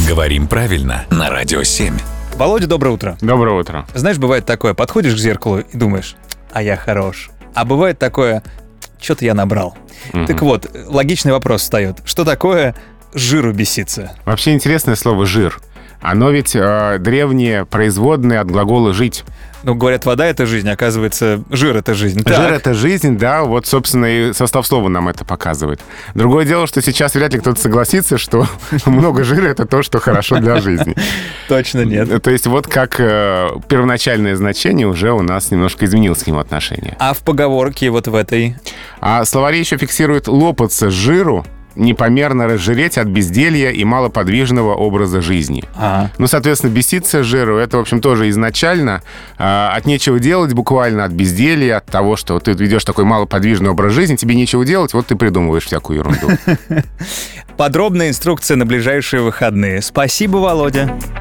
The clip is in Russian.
Говорим правильно на Радио 7. Володя, доброе утро. Доброе утро. Знаешь, бывает такое, подходишь к зеркалу и думаешь, а я хорош. А бывает такое, что-то я набрал. Так вот, логичный вопрос встает. Что такое жирубесица? Вообще интересное слово «жир». Оно ведь древнее производное от глагола «жить». Ну, говорят, вода — это жизнь, оказывается, жир — это жизнь. Жир Так. — это жизнь, да, вот, собственно, и состав слова нам это показывает. Другое дело, что сейчас вряд ли кто-то согласится, что много жира — это то, что хорошо для жизни. Точно нет. То есть вот как первоначальное значение уже у нас немножко изменилось к нему отношение. А в поговорке вот в этой? А словари еще фиксируют «лопаться с жиру», непомерно разжиреть от безделья и малоподвижного образа жизни. Ага. Ну, соответственно, беситься жиру — это, в общем, тоже изначально от нечего делать, буквально от безделья, от того, что ты ведешь такой малоподвижный образ жизни, тебе нечего делать, вот ты придумываешь всякую ерунду. Подробная инструкция на ближайшие выходные. Спасибо, Володя.